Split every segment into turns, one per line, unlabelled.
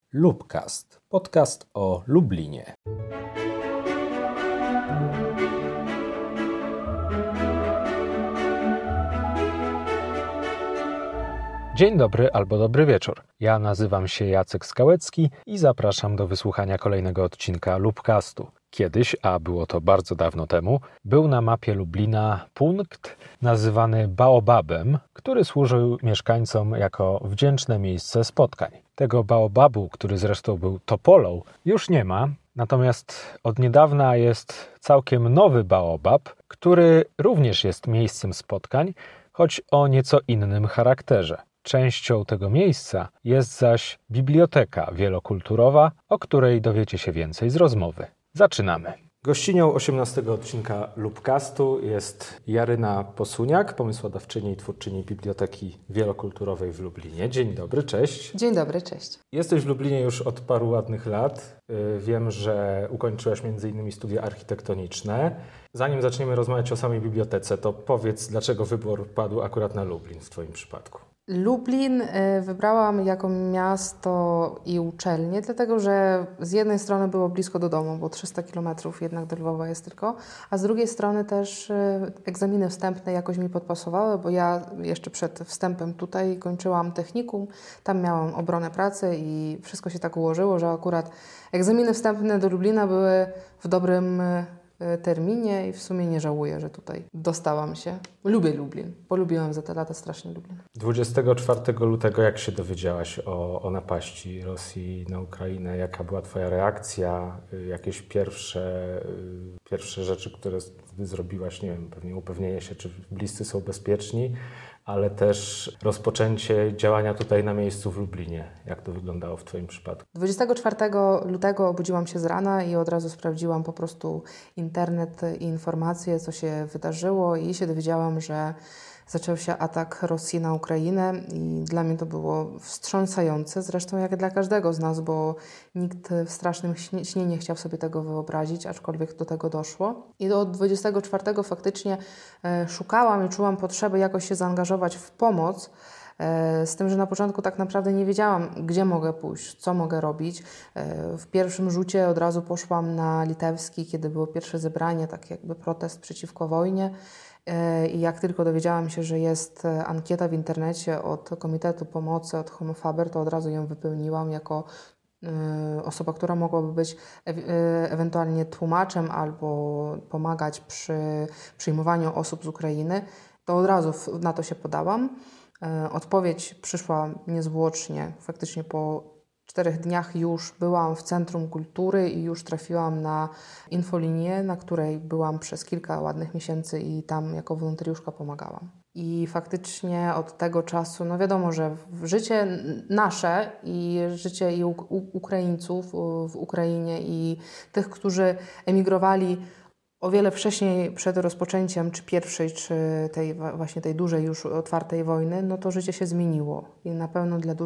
Lubcast, podcast o Lublinie. Dzień dobry albo dobry wieczór. Ja nazywam się Jacek Skałecki i zapraszam do wysłuchania kolejnego odcinka Lubcastu. Kiedyś, a było to bardzo dawno temu, był na mapie Lublina punkt nazywany Baobabem, który służył mieszkańcom jako wdzięczne miejsce spotkań. Tego baobabu, który zresztą był topolą, już nie ma, natomiast od niedawna jest całkiem nowy baobab, który również jest miejscem spotkań, choć o nieco innym charakterze. Częścią tego miejsca jest zaś biblioteka wielokulturowa, o której dowiecie się więcej z rozmowy. Zaczynamy. Gościnią 18 odcinka Lubcastu jest Jaryna Posuniak, pomysłodawczyni i twórczyni Biblioteki Wielokulturowej w Lublinie. Dzień dobry, cześć.
Dzień dobry, cześć.
Jesteś w Lublinie już od paru ładnych lat. Wiem, że ukończyłaś m.in. studia architektoniczne. Zanim zaczniemy rozmawiać o samej bibliotece, to powiedz, dlaczego wybór padł akurat na Lublin w Twoim przypadku?
Lublin wybrałam jako miasto i uczelnię, dlatego że z jednej strony było blisko do domu, bo 300 km jednak do Lwowa jest tylko, a z drugiej strony też egzaminy wstępne jakoś mi podpasowały, bo ja jeszcze przed wstępem tutaj kończyłam technikum, tam miałam obronę pracy i wszystko się tak ułożyło, że akurat egzaminy wstępne do Lublina były w dobrym terminie i w sumie nie żałuję, że tutaj dostałam się. Lubię Lublin. Polubiłam za te lata strasznie Lublin. 24 lutego jak się dowiedziałaś o napaści Rosji na Ukrainę? Jaka była Twoja reakcja? Jakieś pierwsze rzeczy, które zrobiłaś? Nie wiem, pewnie upewnienie się, czy bliscy są bezpieczni, ale też rozpoczęcie działania tutaj na miejscu w Lublinie. Jak to wyglądało w Twoim przypadku? 24 lutego obudziłam się z rana i od razu sprawdziłam po prostu internet i informacje, co się wydarzyło i się dowiedziałam, że zaczął się atak Rosji na Ukrainę i dla mnie to było wstrząsające, zresztą jak dla każdego z nas, bo nikt w strasznym śnie nie chciał sobie tego wyobrazić, aczkolwiek do tego doszło. I od 24 faktycznie szukałam i czułam potrzebę jakoś się zaangażować w pomoc, z tym, że na początku tak naprawdę nie wiedziałam, gdzie mogę pójść, co mogę robić. W pierwszym rzucie od razu poszłam na litewski, kiedy było pierwsze zebranie, tak jakby protest przeciwko wojnie. I jak tylko dowiedziałam się, że jest ankieta w internecie od Komitetu Pomocy, od Homofaber, to od razu ją wypełniłam jako osoba, która mogłaby być ewentualnie tłumaczem albo pomagać przy przyjmowaniu osób z Ukrainy. To od razu na to się podałam. Odpowiedź przyszła niezwłocznie. Faktycznie po 4 dniach już byłam w Centrum Kultury i już trafiłam na infolinię, na której byłam przez kilka ładnych miesięcy i tam jako wolontariuszka pomagałam. I faktycznie od tego czasu, no wiadomo, że życie nasze i życie i Ukraińców w Ukrainie i tych, którzy emigrowali o wiele wcześniej przed rozpoczęciem czy pierwszej, czy tej dużej już otwartej wojny, no to życie się zmieniło. I na pewno dla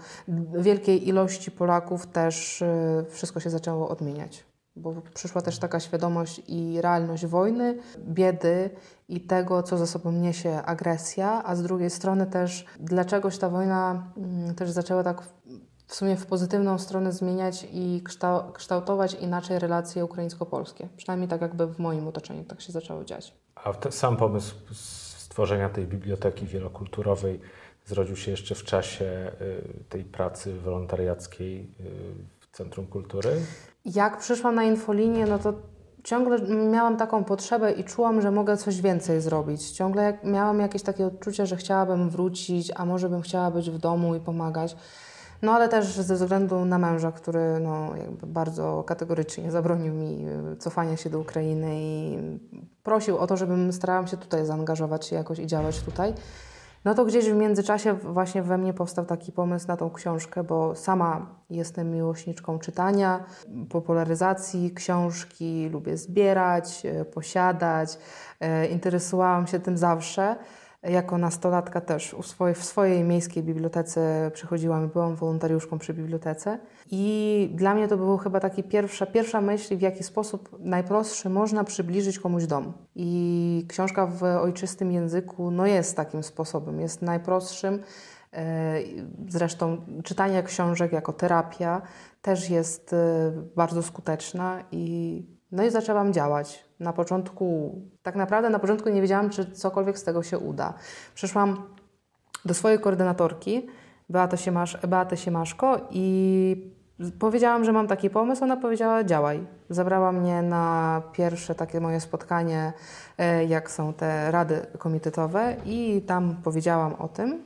wielkiej ilości Polaków też wszystko się zaczęło odmieniać. Bo przyszła też taka świadomość i realność wojny, biedy i tego, co za sobą niesie agresja, a z drugiej strony też dlaczegoś ta wojna też zaczęła tak w sumie w pozytywną stronę zmieniać i kształtować inaczej relacje ukraińsko-polskie. Przynajmniej tak jakby w moim otoczeniu tak się zaczęło dziać.
A sam pomysł stworzenia tej biblioteki wielokulturowej zrodził się jeszcze w czasie tej pracy wolontariackiej w Centrum Kultury?
Jak przyszłam na infolinię, no to ciągle miałam taką potrzebę i czułam, że mogę coś więcej zrobić. Ciągle miałam jakieś takie odczucie, że chciałabym wrócić, a może bym chciała być w domu i pomagać. No ale też ze względu na męża, który jakby bardzo kategorycznie zabronił mi cofania się do Ukrainy i prosił o to, żebym starałam się tutaj zaangażować się jakoś i działać tutaj. No to gdzieś w międzyczasie właśnie we mnie powstał taki pomysł na tą książkę, bo sama jestem miłośniczką czytania, popularyzacji książki, lubię zbierać, posiadać, interesowałam się tym zawsze. Jako nastolatka też w swojej miejskiej bibliotece przychodziłam i byłam wolontariuszką przy bibliotece. I dla mnie to było chyba taka pierwsza myśl, w jaki sposób najprostszy można przybliżyć komuś dom. I książka w ojczystym języku jest takim sposobem, jest najprostszym, Zresztą czytanie książek jako terapia też jest bardzo skuteczna no i zaczęłam działać. Tak naprawdę na początku nie wiedziałam, czy cokolwiek z tego się uda. Przyszłam do swojej koordynatorki, Beaty Siemaszko, i powiedziałam, że mam taki pomysł. Ona powiedziała: działaj. Zabrała mnie na pierwsze takie moje spotkanie, jak są te rady komitetowe, i tam powiedziałam o tym.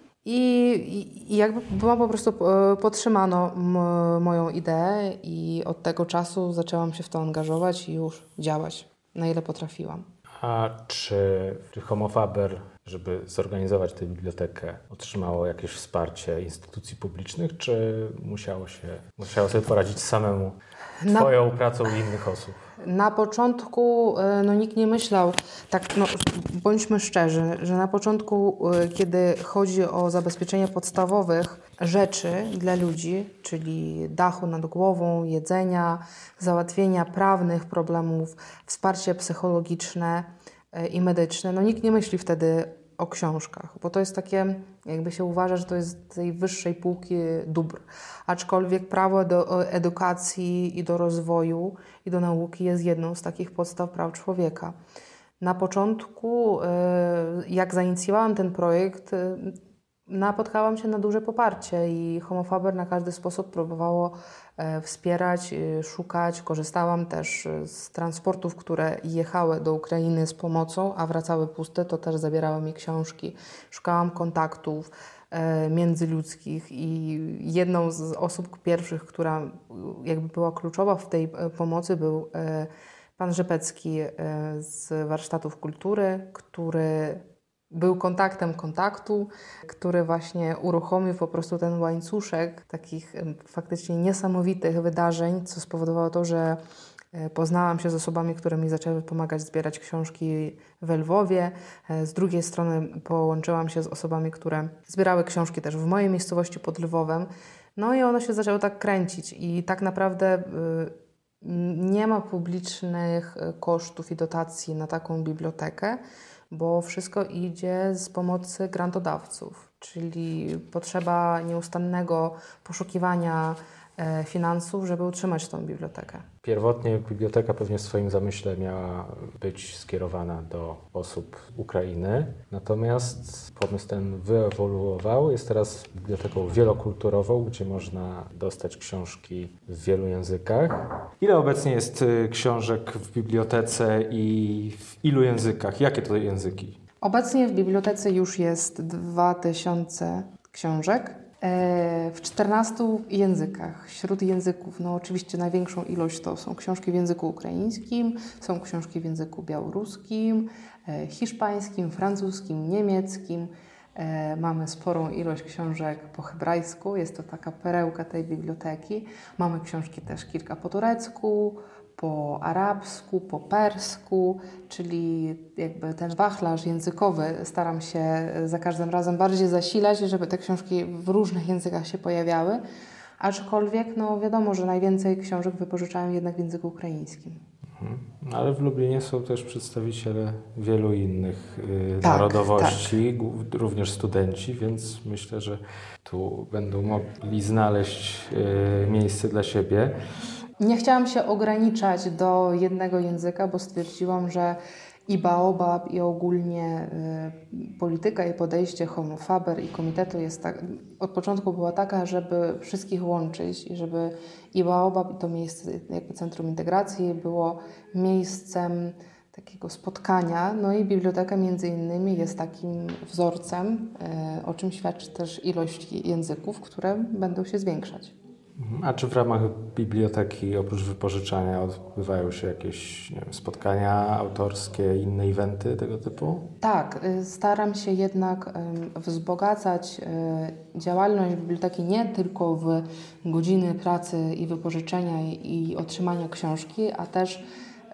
I jakby byłam po prostu, podtrzymano moją ideę, i od tego czasu zaczęłam się w to angażować i już działać, na ile potrafiłam.
A czy Homo Faber, żeby zorganizować tę bibliotekę, otrzymało jakieś wsparcie instytucji publicznych, czy musiało sobie poradzić samemu Twoją pracą i innych osób?
Na początku nikt nie myślał, bądźmy szczerzy, że na początku, kiedy chodzi o zabezpieczenie podstawowych rzeczy dla ludzi, czyli dachu nad głową, jedzenia, załatwienia prawnych problemów, wsparcie psychologiczne i medyczne, nikt nie myśli wtedy o książkach, bo to jest takie, jakby się uważa, że to jest tej wyższej półki dóbr. Aczkolwiek prawo do edukacji i do rozwoju i do nauki jest jedną z takich podstaw praw człowieka. Na początku, jak zainicjowałam ten projekt, napotkałam się na duże poparcie i Homo Faber na każdy sposób próbowało wspierać, szukać. Korzystałam też z transportów, które jechały do Ukrainy z pomocą, a wracały puste, to też zabierały mi książki. Szukałam kontaktów międzyludzkich i jedną z osób pierwszych, która jakby była kluczowa w tej pomocy, był pan Rzepecki z warsztatów kultury, który był kontaktem kontaktu, który właśnie uruchomił po prostu ten łańcuszek takich faktycznie niesamowitych wydarzeń, co spowodowało to, że poznałam się z osobami, które mi zaczęły pomagać zbierać książki we Lwowie. Z drugiej strony połączyłam się z osobami, które zbierały książki też w mojej miejscowości pod Lwowem. No i ono się zaczęło tak kręcić i tak naprawdę nie ma publicznych kosztów i dotacji na taką bibliotekę, bo wszystko idzie z pomocy grantodawców, czyli potrzeba nieustannego poszukiwania finansów, żeby utrzymać tą bibliotekę.
Pierwotnie biblioteka pewnie w swoim zamyśle miała być skierowana do osób Ukrainy, natomiast pomysł ten wyewoluował. Jest teraz biblioteką wielokulturową, gdzie można dostać książki w wielu językach. Ile obecnie jest książek w bibliotece i w ilu językach? Jakie to języki?
Obecnie w bibliotece już jest 2000 książek w 14 językach. Wśród języków, oczywiście największą ilość to są książki w języku ukraińskim, są książki w języku białoruskim, hiszpańskim, francuskim, niemieckim. Mamy sporą ilość książek po hebrajsku, jest to taka perełka tej biblioteki. Mamy książki też kilka po turecku, po arabsku, po persku, czyli jakby ten wachlarz językowy staram się za każdym razem bardziej zasilać, żeby te książki w różnych językach się pojawiały. Aczkolwiek wiadomo, że najwięcej książek wypożyczałem jednak w języku ukraińskim.
Ale w Lublinie są też przedstawiciele wielu innych narodowości, również studenci, więc myślę, że tu będą mogli znaleźć miejsce dla siebie.
Nie chciałam się ograniczać do jednego języka, bo stwierdziłam, że i Baobab, i ogólnie polityka i podejście Homo Faber i komitetu od początku była taka, żeby wszystkich łączyć i żeby i Baobab, i to miejsce, jakby Centrum Integracji, było miejscem takiego spotkania. No i biblioteka między innymi jest takim wzorcem, o czym świadczy też ilość języków, które będą się zwiększać.
A czy w ramach biblioteki oprócz wypożyczania odbywają się jakieś, spotkania autorskie, inne eventy tego typu?
Tak, staram się jednak wzbogacać działalność biblioteki nie tylko w godziny pracy i wypożyczenia i otrzymania książki, a też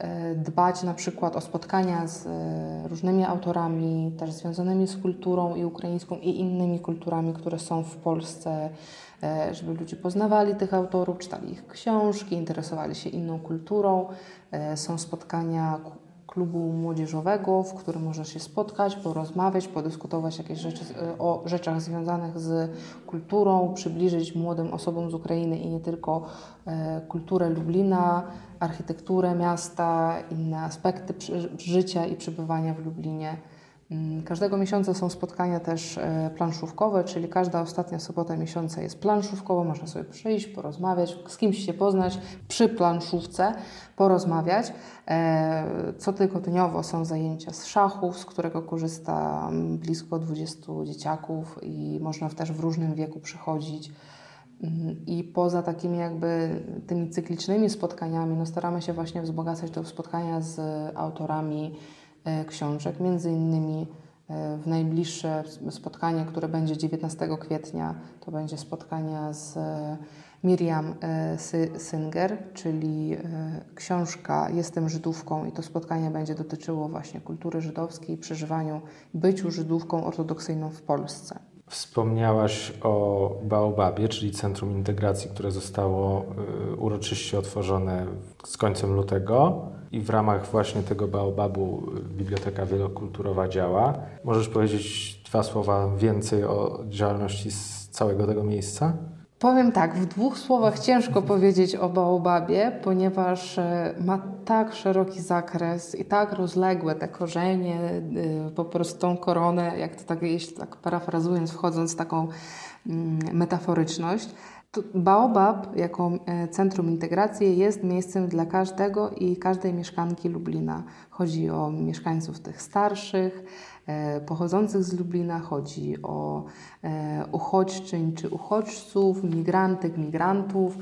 dbać na przykład o spotkania z różnymi autorami, też związanymi z kulturą i ukraińską i innymi kulturami, które są w Polsce, żeby ludzie poznawali tych autorów, czytali ich książki, interesowali się inną kulturą. Są spotkania klubu młodzieżowego, w którym można się spotkać, porozmawiać, podyskutować jakieś rzeczy o rzeczach związanych z kulturą, przybliżyć młodym osobom z Ukrainy i nie tylko kulturę Lublina, architekturę miasta, inne aspekty życia i przebywania w Lublinie. Każdego miesiąca są spotkania też planszówkowe, czyli każda ostatnia sobota miesiąca jest planszówkowa. Można sobie przyjść, porozmawiać, z kimś się poznać przy planszówce, porozmawiać. Cotygodniowo są zajęcia z szachów, z którego korzysta blisko 20 dzieciaków i można też w różnym wieku przychodzić. I poza takimi jakby tymi cyklicznymi spotkaniami, no staramy się właśnie wzbogacać te spotkania z autorami książek. Między innymi w najbliższe spotkanie, które będzie 19 kwietnia, to będzie spotkanie z Miriam Singer, czyli książka Jestem Żydówką i to spotkanie będzie dotyczyło właśnie kultury żydowskiej, przeżywaniu, byciu Żydówką ortodoksyjną w Polsce.
Wspomniałaś o Baobabie, czyli Centrum Integracji, które zostało uroczyście otworzone z końcem lutego i w ramach właśnie tego Baobabu Biblioteka Wielokulturowa działa. Możesz powiedzieć 2 słowa więcej o działalności z całego tego miejsca?
Powiem tak, w 2 słowach ciężko powiedzieć o Baobabie, ponieważ ma tak szeroki zakres i tak rozległe te korzenie, po prostu tą koronę, jak to tak, jeśli tak parafrazując, wchodząc w taką metaforyczność. Baobab jako centrum integracji jest miejscem dla każdego i każdej mieszkanki Lublina. Chodzi o mieszkańców tych starszych, pochodzących z Lublina, chodzi o uchodźczyń czy uchodźców, migrantek, migrantów.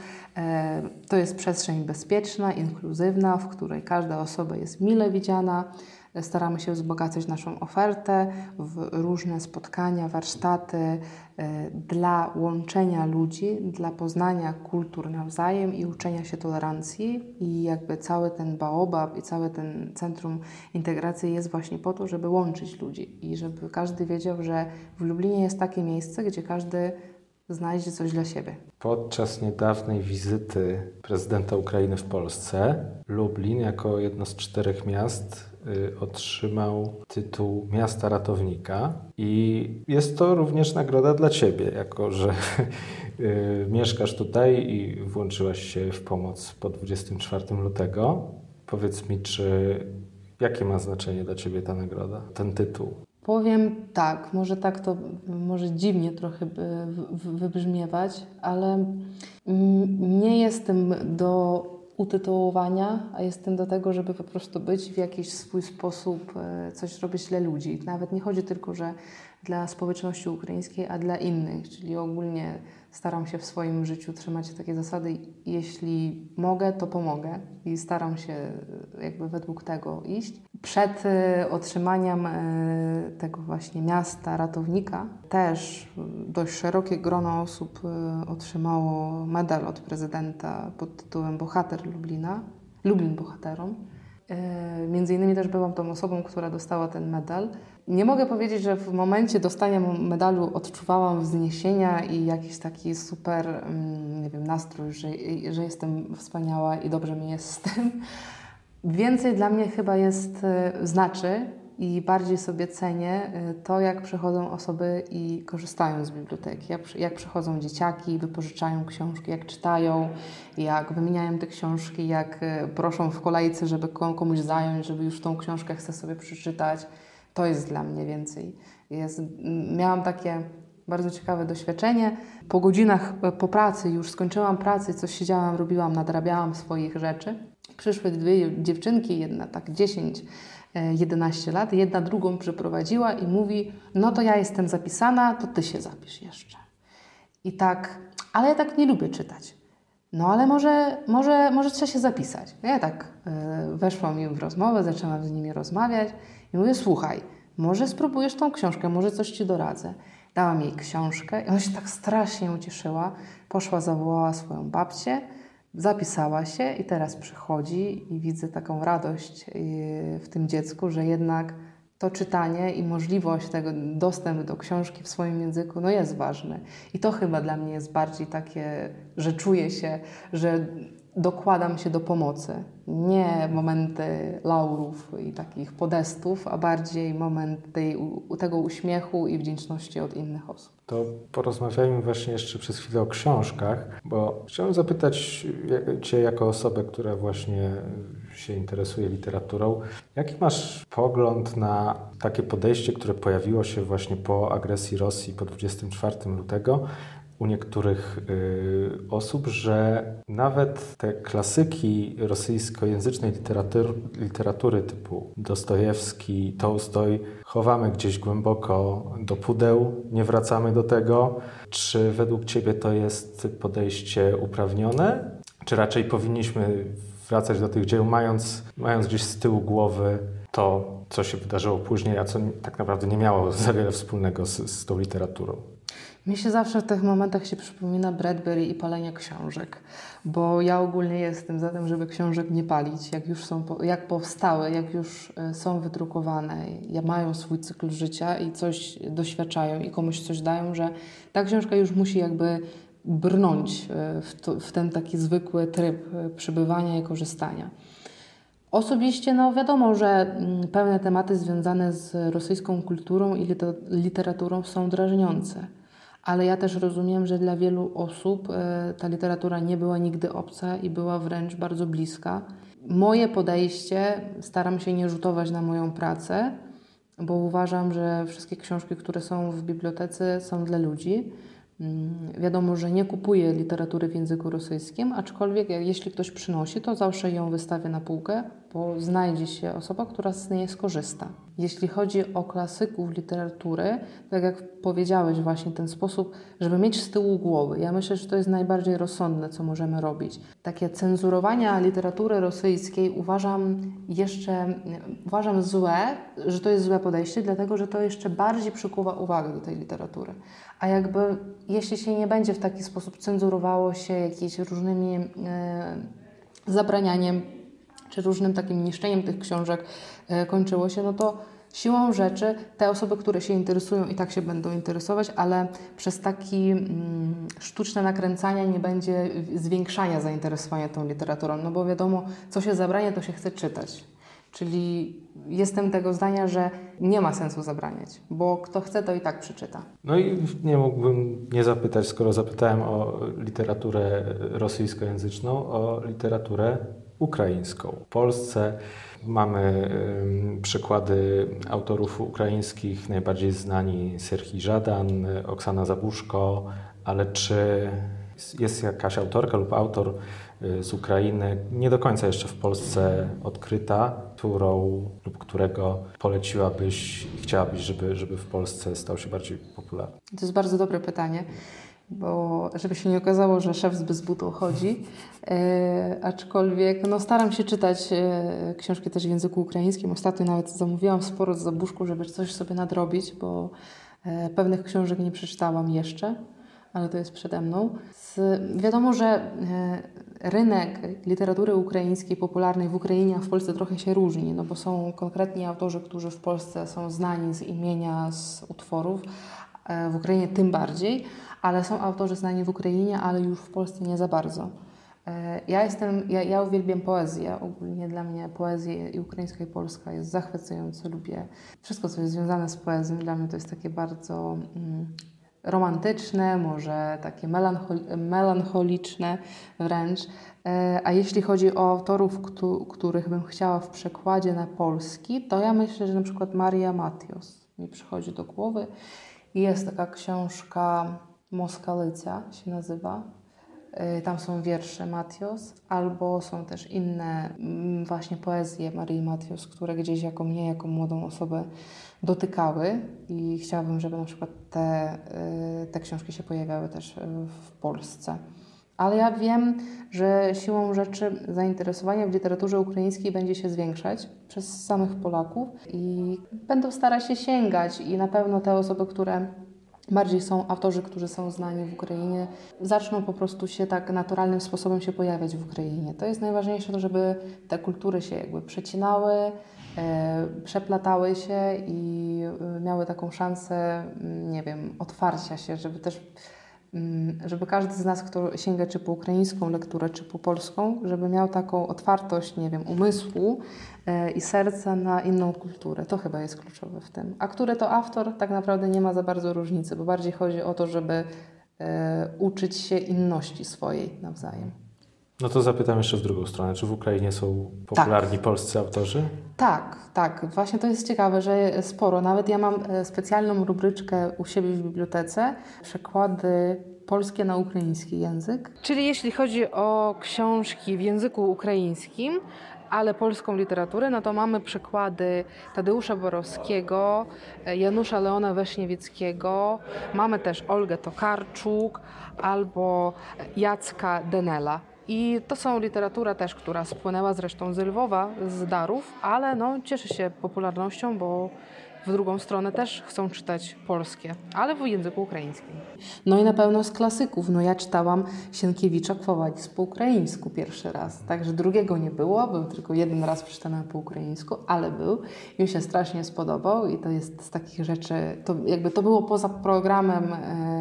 To jest przestrzeń bezpieczna, inkluzywna, w której każda osoba jest mile widziana. Staramy się wzbogacać naszą ofertę w różne spotkania, warsztaty dla łączenia ludzi, dla poznania kultur nawzajem i uczenia się tolerancji. I jakby cały ten Baobab i całe ten centrum integracji jest właśnie po to, żeby łączyć ludzi i żeby każdy wiedział, że w Lublinie jest takie miejsce, gdzie każdy znajdzie coś dla siebie.
Podczas niedawnej wizyty prezydenta Ukrainy w Polsce Lublin jako jedno z 4 miast otrzymał tytuł Miasta Ratownika i jest to również nagroda dla Ciebie, jako że mieszkasz tutaj i włączyłaś się w pomoc po 24 lutego. Powiedz mi, jakie ma znaczenie dla Ciebie ta nagroda, ten tytuł?
Powiem tak, to może dziwnie trochę wybrzmiewać, ale nie jestem do utytułowania, a jestem do tego, żeby po prostu być w jakiś swój sposób, coś robić dla ludzi. Nawet nie chodzi tylko, że dla społeczności ukraińskiej, a dla innych, czyli ogólnie staram się w swoim życiu trzymać takie zasady, jeśli mogę, to pomogę i staram się jakby według tego iść. Przed otrzymaniem tego właśnie miasta ratownika też dość szerokie grono osób otrzymało medal od prezydenta pod tytułem Bohater Lublina, Lublin Bohaterom. Między innymi też byłam tą osobą, która dostała ten medal. Nie mogę powiedzieć, że w momencie dostania medalu odczuwałam wzniesienia i jakiś taki super, nie wiem, nastrój, że jestem wspaniała i dobrze mi jest z tym. Więcej dla mnie chyba znaczy i bardziej sobie cenię to, jak przychodzą osoby i korzystają z biblioteki, jak przychodzą dzieciaki, wypożyczają książki, jak czytają, jak wymieniają te książki, jak proszą w kolejce, żeby komuś zająć, żeby już tą książkę chce sobie przeczytać. To jest dla mnie więcej. Miałam takie bardzo ciekawe doświadczenie. Po godzinach po pracy, już skończyłam pracę, coś siedziałam, robiłam, nadrabiałam swoich rzeczy. Przyszły 2 dziewczynki, jedna tak 10-11 lat, jedna drugą przyprowadziła i mówi, no to ja jestem zapisana, to ty się zapisz jeszcze. I tak, ale ja tak nie lubię czytać. No ale może trzeba się zapisać. Ja tak weszłam im w rozmowę, zaczęłam z nimi rozmawiać i mówię, słuchaj, może spróbujesz tą książkę, może coś ci doradzę. Dałam jej książkę i ona się tak strasznie ucieszyła. Poszła, zawołała swoją babcię, zapisała się i teraz przychodzi i widzę taką radość w tym dziecku, że jednak to czytanie i możliwość tego dostępu do książki w swoim języku jest ważne. I to chyba dla mnie jest bardziej takie, że czuję się, że dokładam się do pomocy. Nie momenty laurów i takich podestów, a bardziej moment tego uśmiechu i wdzięczności od innych osób.
To porozmawiajmy właśnie jeszcze przez chwilę o książkach, bo chciałem zapytać Cię jako osobę, która właśnie się interesuje literaturą, jaki masz pogląd na takie podejście, które pojawiło się właśnie po agresji Rosji po 24 lutego u niektórych osób, że nawet te klasyki rosyjskojęzycznej literatury typu Dostojewski, Tołstoj chowamy gdzieś głęboko do pudeł, nie wracamy do tego. Czy według Ciebie to jest podejście uprawnione? Czy raczej powinniśmy wracać do tych dzieł, mając gdzieś z tyłu głowy to, co się wydarzyło później, a co tak naprawdę nie miało za wiele wspólnego z tą literaturą?
Mi się zawsze w tych momentach się przypomina Bradbury i palenie książek, bo ja ogólnie jestem za tym, żeby książek nie palić, jak powstały, jak już są wydrukowane, mają swój cykl życia i coś doświadczają i komuś coś dają, że ta książka już musi jakby brnąć w ten taki zwykły tryb przebywania i korzystania. Osobiście wiadomo, że pewne tematy związane z rosyjską kulturą i literaturą są drażniące. Ale ja też rozumiem, że dla wielu osób ta literatura nie była nigdy obca i była wręcz bardzo bliska. Moje podejście, staram się nie rzutować na moją pracę, bo uważam, że wszystkie książki, które są w bibliotece, są dla ludzi. Wiadomo, że nie kupuję literatury w języku rosyjskim, aczkolwiek jeśli ktoś przynosi, to zawsze ją wystawię na półkę, bo znajdzie się osoba, która z niej skorzysta. Jeśli chodzi o klasyków literatury, tak jak powiedziałeś, właśnie ten sposób, żeby mieć z tyłu głowy, ja myślę, że to jest najbardziej rozsądne, co możemy robić. Takie cenzurowania literatury rosyjskiej uważam złe, że to jest złe podejście, dlatego że to jeszcze bardziej przykuwa uwagę do tej literatury. A jeśli się nie będzie w taki sposób cenzurowało się jakimiś różnymi zabranianiem czy różnym takim niszczeniem tych książek kończyło się, to siłą rzeczy te osoby, które się interesują i tak się będą interesować, ale przez takie sztuczne nakręcania nie będzie zwiększania zainteresowania tą literaturą, bo wiadomo, co się zabrania, to się chce czytać. Czyli jestem tego zdania, że nie ma sensu zabraniać, bo kto chce, to i tak przeczyta.
No i nie mógłbym nie zapytać, skoro zapytałem o literaturę rosyjskojęzyczną, o literaturę ukraińską. W Polsce mamy przykłady autorów ukraińskich, najbardziej znani Serhii Żadan, Oksana Zabuszko, ale czy jest jakaś autorka lub autor z Ukrainy, nie do końca jeszcze w Polsce odkryta, którego poleciłabyś i chciałabyś, żeby w Polsce stał się bardziej popularny?
To jest bardzo dobre pytanie, bo żeby się nie okazało, że szef bez butów chodzi, aczkolwiek staram się czytać książki też w języku ukraińskim. Ostatnio nawet zamówiłam sporo z Zabuszku, żeby coś sobie nadrobić, bo pewnych książek nie przeczytałam jeszcze, ale to jest przede mną. Wiadomo, że rynek literatury ukraińskiej popularnej w Ukrainie, a w Polsce trochę się różni, bo są konkretni autorzy, którzy w Polsce są znani z imienia, z utworów, w Ukrainie tym bardziej, ale są autorzy znani w Ukrainie, ale już w Polsce nie za bardzo. Ja uwielbiam poezję. Ogólnie dla mnie poezja i ukraińska i polska jest zachwycająca. Lubię wszystko, co jest związane z poezją. Dla mnie to jest takie bardzo romantyczne, może takie melancholiczne wręcz. A jeśli chodzi o autorów, których bym chciała w przekładzie na polski, to ja myślę, że na przykład Maria Matios mi przychodzi do głowy. Jest taka książka Moskalica się nazywa. Tam są wiersze Matios, albo są też inne właśnie poezje Marii Matios, które gdzieś mnie jako młodą osobę dotykały i chciałabym, żeby na przykład te książki się pojawiały też w Polsce. Ale ja wiem, że siłą rzeczy zainteresowanie w literaturze ukraińskiej będzie się zwiększać przez samych Polaków i będą starać się sięgać i na pewno te osoby, które bardziej są autorzy, którzy są znani w Ukrainie, zaczną po prostu się tak naturalnym sposobem się pojawiać w Ukrainie. To jest najważniejsze, to żeby te kultury się przecinały, przeplatały się i miały taką szansę, otwarcia się, żeby też żeby każdy z nas, kto sięga czy po ukraińską lekturę, czy po polską, żeby miał taką otwartość, nie wiem, umysłu i serca na inną kulturę. To chyba jest kluczowe w tym. A który to autor, tak naprawdę nie ma za bardzo różnicy, bo bardziej chodzi o to, żeby uczyć się inności swojej nawzajem.
No to zapytam jeszcze w drugą stronę. Czy w Ukrainie są popularni polscy autorzy?
Tak. Właśnie to jest ciekawe, że sporo. Nawet ja mam specjalną rubryczkę u siebie w bibliotece. Przekłady polskie na ukraiński język. Czyli jeśli chodzi o książki w języku ukraińskim, ale polską literaturę, no to mamy przykłady Tadeusza Borowskiego, Janusza Leona Weśniewieckiego, mamy też Olgę Tokarczuk albo Jacka Denela. I to są literatura też, która spłynęła zresztą z Lwowa, z Darów, ale no, cieszy się popularnością, bo w drugą stronę też chcą czytać polskie, ale w języku ukraińskim. No i na pewno z klasyków. No ja czytałam Sienkiewicza Quo Vadis po ukraińsku pierwszy raz. Także drugiego nie było, był tylko jeden raz przeczytany po ukraińsku, ale był i mi się strasznie spodobał i to jest z takich rzeczy, to było poza programem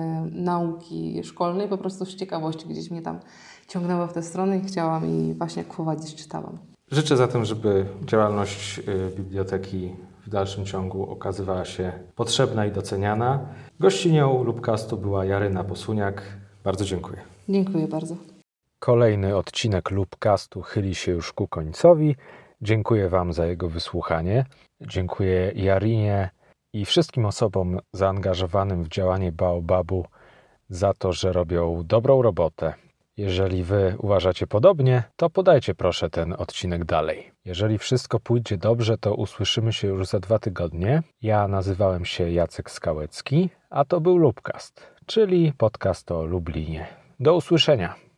nauki szkolnej, po prostu z ciekawości gdzieś mnie tam ciągnęło w tę stronę i chciałam i właśnie Quo Vadis czytałam.
Życzę zatem, żeby działalność biblioteki w dalszym ciągu okazywała się potrzebna i doceniana. Gościnią Lubcastu była Jaryna Posuniak. Bardzo dziękuję.
Dziękuję bardzo.
Kolejny odcinek Lubcastu chyli się już ku końcowi. Dziękuję Wam za jego wysłuchanie. Dziękuję Jarynie i wszystkim osobom zaangażowanym w działanie Baobabu za to, że robią dobrą robotę. Jeżeli Wy uważacie podobnie, to podajcie proszę ten odcinek dalej. Jeżeli wszystko pójdzie dobrze, to usłyszymy się już za 2 tygodnie. Ja nazywałem się Jacek Skałecki, a to był Lubcast, czyli podcast o Lublinie. Do usłyszenia.